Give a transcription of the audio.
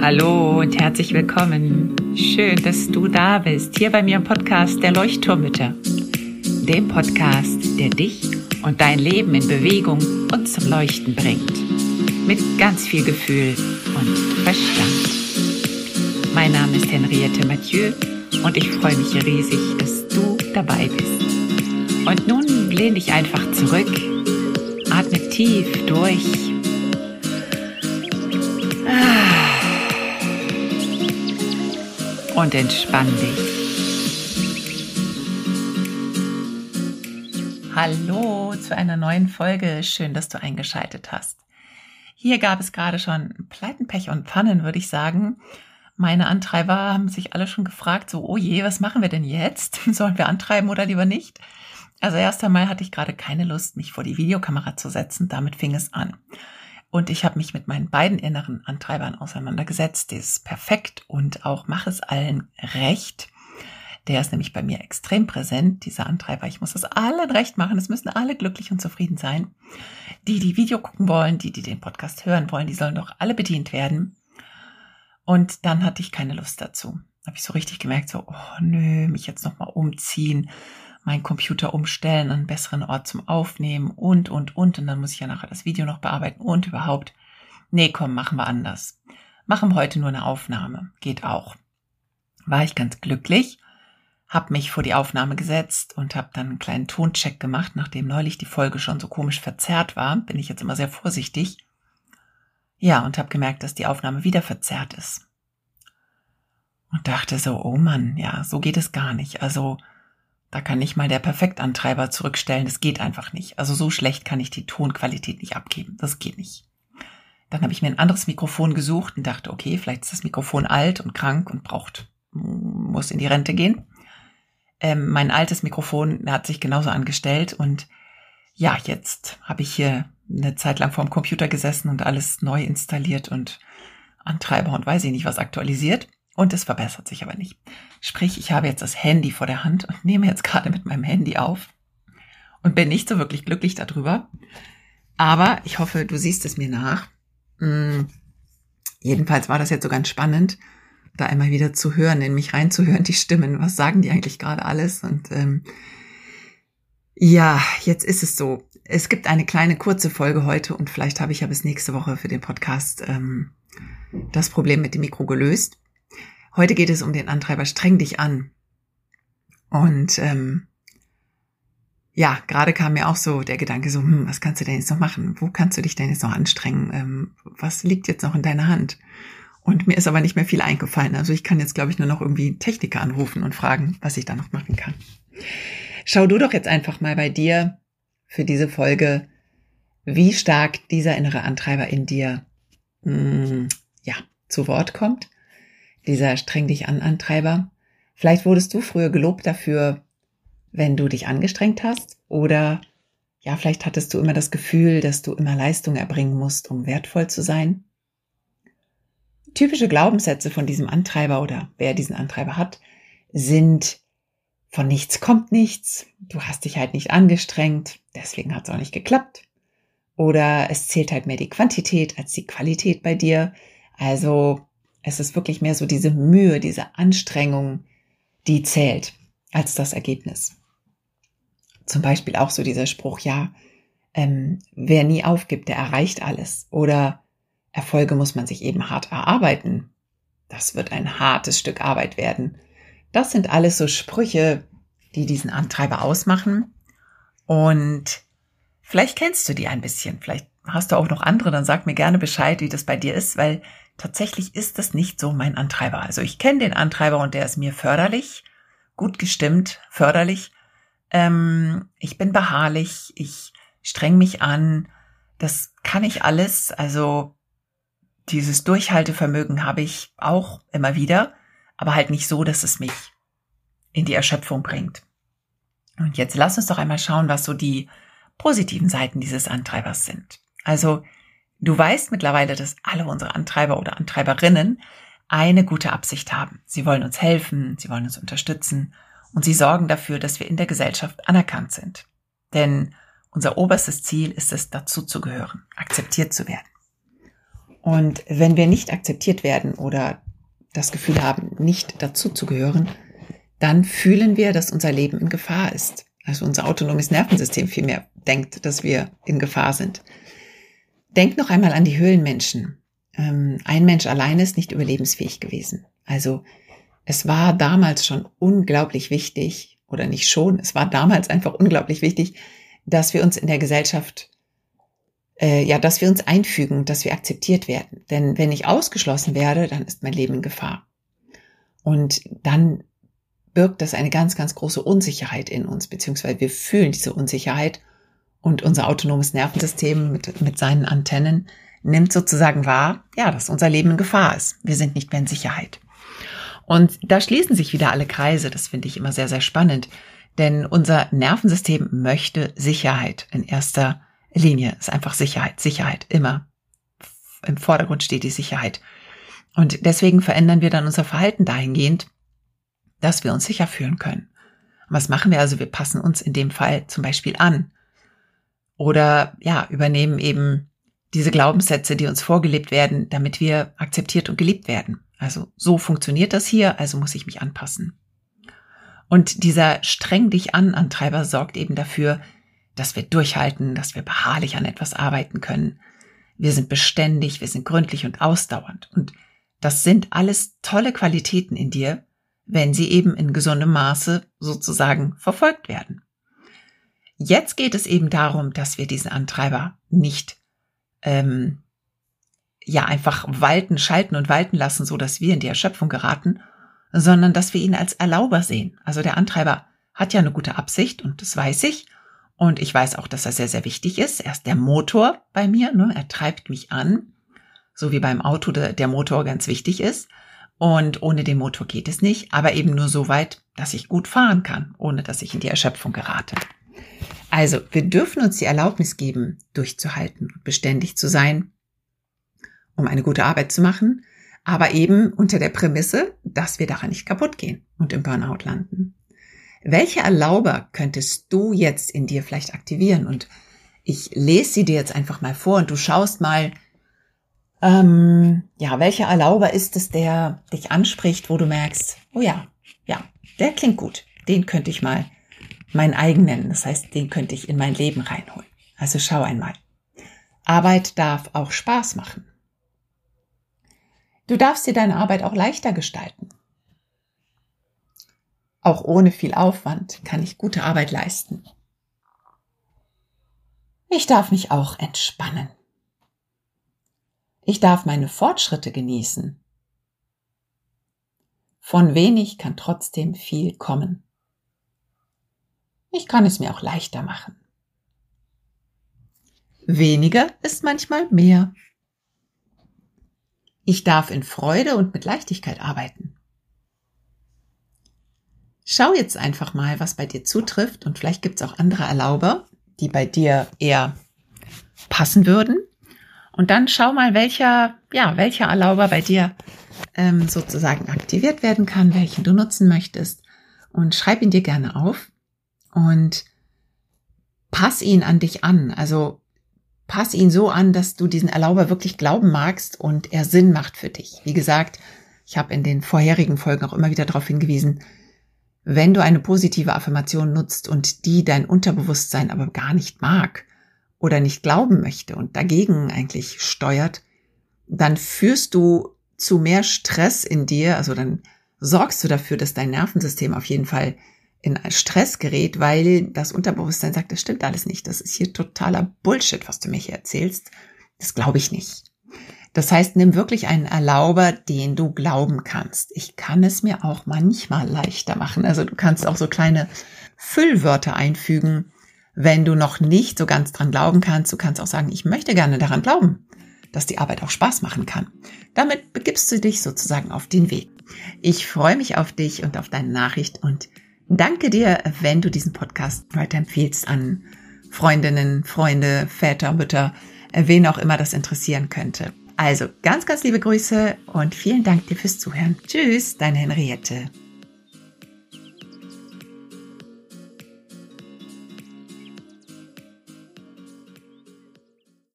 Hallo und herzlich willkommen. Schön, dass du da bist, hier bei mir im Podcast der Leuchtturmmütter. Dem Podcast, der dich und dein Leben in Bewegung und zum Leuchten bringt. Mit ganz viel Gefühl und Verstand. Mein Name ist Henriette Mathieu und ich freue mich riesig, dass du dabei bist. Und nun lehn dich einfach zurück, atme tief durch. Und entspann dich. Hallo zu einer neuen Folge. Schön, dass du eingeschaltet hast. Hier gab es gerade schon Pleiten, Pech und Pannen, würde ich sagen. Meine Antreiber haben sich alle schon gefragt, so, oh je, was machen wir denn jetzt? Sollen wir antreiben oder lieber nicht? Also erst einmal hatte ich gerade keine Lust, mich vor die Videokamera zu setzen. Damit fing es an. Und ich habe mich mit meinen beiden inneren Antreibern auseinandergesetzt. Der ist perfekt und auch mach es allen recht. Der ist nämlich bei mir extrem präsent, dieser Antreiber. Ich muss es allen recht machen. Es müssen alle glücklich und zufrieden sein. Die Video gucken wollen, die den Podcast hören wollen, die sollen doch alle bedient werden. Und dann hatte ich keine Lust dazu. Habe ich so richtig gemerkt, so, oh nö, mich jetzt nochmal umziehen, meinen Computer umstellen, an einen besseren Ort zum Aufnehmen und. Und dann muss ich ja nachher das Video noch bearbeiten und überhaupt. Nee, komm, machen wir anders. Machen wir heute nur eine Aufnahme. Geht auch. War ich ganz glücklich, habe mich vor die Aufnahme gesetzt und habe dann einen kleinen Toncheck gemacht. Nachdem neulich die Folge schon so komisch verzerrt war, bin ich jetzt immer sehr vorsichtig. Ja, und habe gemerkt, dass die Aufnahme wieder verzerrt ist. Und dachte so, oh Mann, ja, so geht es gar nicht. Also da kann nicht mal der Perfektantreiber zurückstellen. Das geht einfach nicht. Also so schlecht kann ich die Tonqualität nicht abgeben. Das geht nicht. Dann habe ich mir ein anderes Mikrofon gesucht und dachte, okay, vielleicht ist das Mikrofon alt und krank und muss in die Rente gehen. Mein altes Mikrofon hat sich genauso angestellt und ja, jetzt habe ich hier eine Zeit lang vorm Computer gesessen und alles neu installiert und Antreiber und weiß ich nicht was aktualisiert. Und es verbessert sich aber nicht. Sprich, ich habe jetzt das Handy vor der Hand und nehme jetzt gerade mit meinem Handy auf und bin nicht so wirklich glücklich darüber. Aber ich hoffe, du siehst es mir nach. Jedenfalls war das jetzt so ganz spannend, da immer wieder zu hören, in mich reinzuhören, die Stimmen. Was sagen die eigentlich gerade alles? Und ja, jetzt ist es so. Es gibt eine kleine kurze Folge heute und vielleicht habe ich ja bis nächste Woche für den Podcast das Problem mit dem Mikro gelöst. Heute geht es um den Antreiber Streng dich an. Und ja, gerade kam mir auch so der Gedanke so, was kannst du denn jetzt noch machen? Wo kannst du dich denn jetzt noch anstrengen? Was liegt jetzt noch in deiner Hand? Und mir ist aber nicht mehr viel eingefallen. Also ich kann jetzt, glaube ich, nur noch irgendwie einen Techniker anrufen und fragen, was ich da noch machen kann. Schau du doch jetzt einfach mal bei dir für diese Folge, wie stark dieser innere Antreiber in dir zu Wort kommt. Dieser Streng dich an Antreiber. Vielleicht wurdest du früher gelobt dafür, wenn du dich angestrengt hast, oder ja, vielleicht hattest du immer das Gefühl, dass du immer Leistung erbringen musst, um wertvoll zu sein. Typische Glaubenssätze von diesem Antreiber oder wer diesen Antreiber hat, sind: von nichts kommt nichts, du hast dich halt nicht angestrengt, deswegen hat es auch nicht geklappt. Oder es zählt halt mehr die Quantität als die Qualität bei dir. Also es ist wirklich mehr so diese Mühe, diese Anstrengung, die zählt als das Ergebnis. Zum Beispiel auch so dieser Spruch, wer nie aufgibt, der erreicht alles. Oder Erfolge muss man sich eben hart erarbeiten. Das wird ein hartes Stück Arbeit werden. Das sind alles so Sprüche, die diesen Antreiber ausmachen. Und vielleicht kennst du die ein bisschen. Vielleicht hast du auch noch andere, dann sag mir gerne Bescheid, wie das bei dir ist, weil tatsächlich ist das nicht so mein Antreiber. Also ich kenne den Antreiber und der ist mir förderlich, gut gestimmt, förderlich. Ich bin beharrlich, ich streng mich an, das kann ich alles. Also dieses Durchhaltevermögen habe ich auch immer wieder, aber halt nicht so, dass es mich in die Erschöpfung bringt. Und jetzt lass uns doch einmal schauen, was so die positiven Seiten dieses Antreibers sind. Also du weißt mittlerweile, dass alle unsere Antreiber oder Antreiberinnen eine gute Absicht haben. Sie wollen uns helfen, sie wollen uns unterstützen und sie sorgen dafür, dass wir in der Gesellschaft anerkannt sind. Denn unser oberstes Ziel ist es, dazu zu gehören, akzeptiert zu werden. Und wenn wir nicht akzeptiert werden oder das Gefühl haben, nicht dazu zu gehören, dann fühlen wir, dass unser Leben in Gefahr ist. Also unser autonomes Nervensystem vielmehr denkt, dass wir in Gefahr sind. Denk noch einmal an die Höhlenmenschen. Ein Mensch allein ist nicht überlebensfähig gewesen. Also es war damals schon unglaublich wichtig, oder nicht schon, es war damals einfach unglaublich wichtig, dass wir uns in der Gesellschaft, dass wir uns einfügen, dass wir akzeptiert werden. Denn wenn ich ausgeschlossen werde, dann ist mein Leben in Gefahr. Und dann birgt das eine ganz, ganz große Unsicherheit in uns, beziehungsweise wir fühlen diese Unsicherheit und unser autonomes Nervensystem mit seinen Antennen nimmt sozusagen wahr, dass unser Leben in Gefahr ist. Wir sind nicht mehr in Sicherheit. Und da schließen sich wieder alle Kreise. Das finde ich immer sehr, sehr spannend. Denn unser Nervensystem möchte Sicherheit in erster Linie. Es ist einfach Sicherheit. Sicherheit, immer. Im Vordergrund steht die Sicherheit. Und deswegen verändern wir dann unser Verhalten dahingehend, dass wir uns sicher fühlen können. Und was machen wir also? Wir passen uns in dem Fall zum Beispiel an. Oder übernehmen eben diese Glaubenssätze, die uns vorgelebt werden, damit wir akzeptiert und geliebt werden. Also so funktioniert das hier, also muss ich mich anpassen. Und dieser streng dich an Antreiber sorgt eben dafür, dass wir durchhalten, dass wir beharrlich an etwas arbeiten können. Wir sind beständig, wir sind gründlich und ausdauernd. Und das sind alles tolle Qualitäten in dir, wenn sie eben in gesundem Maße sozusagen verfolgt werden. Jetzt geht es eben darum, dass wir diesen Antreiber nicht einfach schalten und walten lassen, so dass wir in die Erschöpfung geraten, sondern dass wir ihn als Erlauber sehen. Also der Antreiber hat ja eine gute Absicht und das weiß ich. Und ich weiß auch, dass er sehr, sehr wichtig ist. Er ist der Motor bei mir, ne? Er treibt mich an, so wie beim Auto der Motor ganz wichtig ist. Und ohne den Motor geht es nicht, aber eben nur so weit, dass ich gut fahren kann, ohne dass ich in die Erschöpfung gerate. Also wir dürfen uns die Erlaubnis geben, durchzuhalten und beständig zu sein, um eine gute Arbeit zu machen, aber eben unter der Prämisse, dass wir daran nicht kaputt gehen und im Burnout landen. Welche Erlauber könntest du jetzt in dir vielleicht aktivieren? Und ich lese sie dir jetzt einfach mal vor und du schaust mal, welcher Erlauber ist es, der dich anspricht, wo du merkst, oh ja, der klingt gut, den könnte ich mal mein eigen nennen. Das heißt, den könnte ich in mein Leben reinholen. Also schau einmal. Arbeit darf auch Spaß machen. Du darfst dir deine Arbeit auch leichter gestalten. Auch ohne viel Aufwand kann ich gute Arbeit leisten. Ich darf mich auch entspannen. Ich darf meine Fortschritte genießen. Von wenig kann trotzdem viel kommen. Ich kann es mir auch leichter machen. Weniger ist manchmal mehr. Ich darf in Freude und mit Leichtigkeit arbeiten. Schau jetzt einfach mal, was bei dir zutrifft und vielleicht gibt es auch andere Erlauber, die bei dir eher passen würden. Und dann schau mal, welcher Erlauber bei dir sozusagen aktiviert werden kann, welchen du nutzen möchtest und schreib ihn dir gerne auf und pass ihn an dich an. Also pass ihn so an, dass du diesen Erlauber wirklich glauben magst und er Sinn macht für dich. Wie gesagt, ich habe in den vorherigen Folgen auch immer wieder darauf hingewiesen, wenn du eine positive Affirmation nutzt und die dein Unterbewusstsein aber gar nicht mag oder nicht glauben möchte und dagegen eigentlich steuert, dann führst du zu mehr Stress in dir, also dann sorgst du dafür, dass dein Nervensystem auf jeden Fall in Stress gerät, weil das Unterbewusstsein sagt, das stimmt alles nicht, das ist hier totaler Bullshit, was du mir hier erzählst, das glaube ich nicht. Das heißt, nimm wirklich einen Erlauber, den du glauben kannst. Ich kann es mir auch manchmal leichter machen. Also du kannst auch so kleine Füllwörter einfügen, wenn du noch nicht so ganz dran glauben kannst. Du kannst auch sagen, ich möchte gerne daran glauben, dass die Arbeit auch Spaß machen kann. Damit begibst du dich sozusagen auf den Weg. Ich freue mich auf dich und auf deine Nachricht und danke dir, wenn du diesen Podcast weiterempfiehlst an Freundinnen, Freunde, Väter, Mütter, wen auch immer das interessieren könnte. Also ganz, ganz liebe Grüße und vielen Dank dir fürs Zuhören. Tschüss, deine Henriette.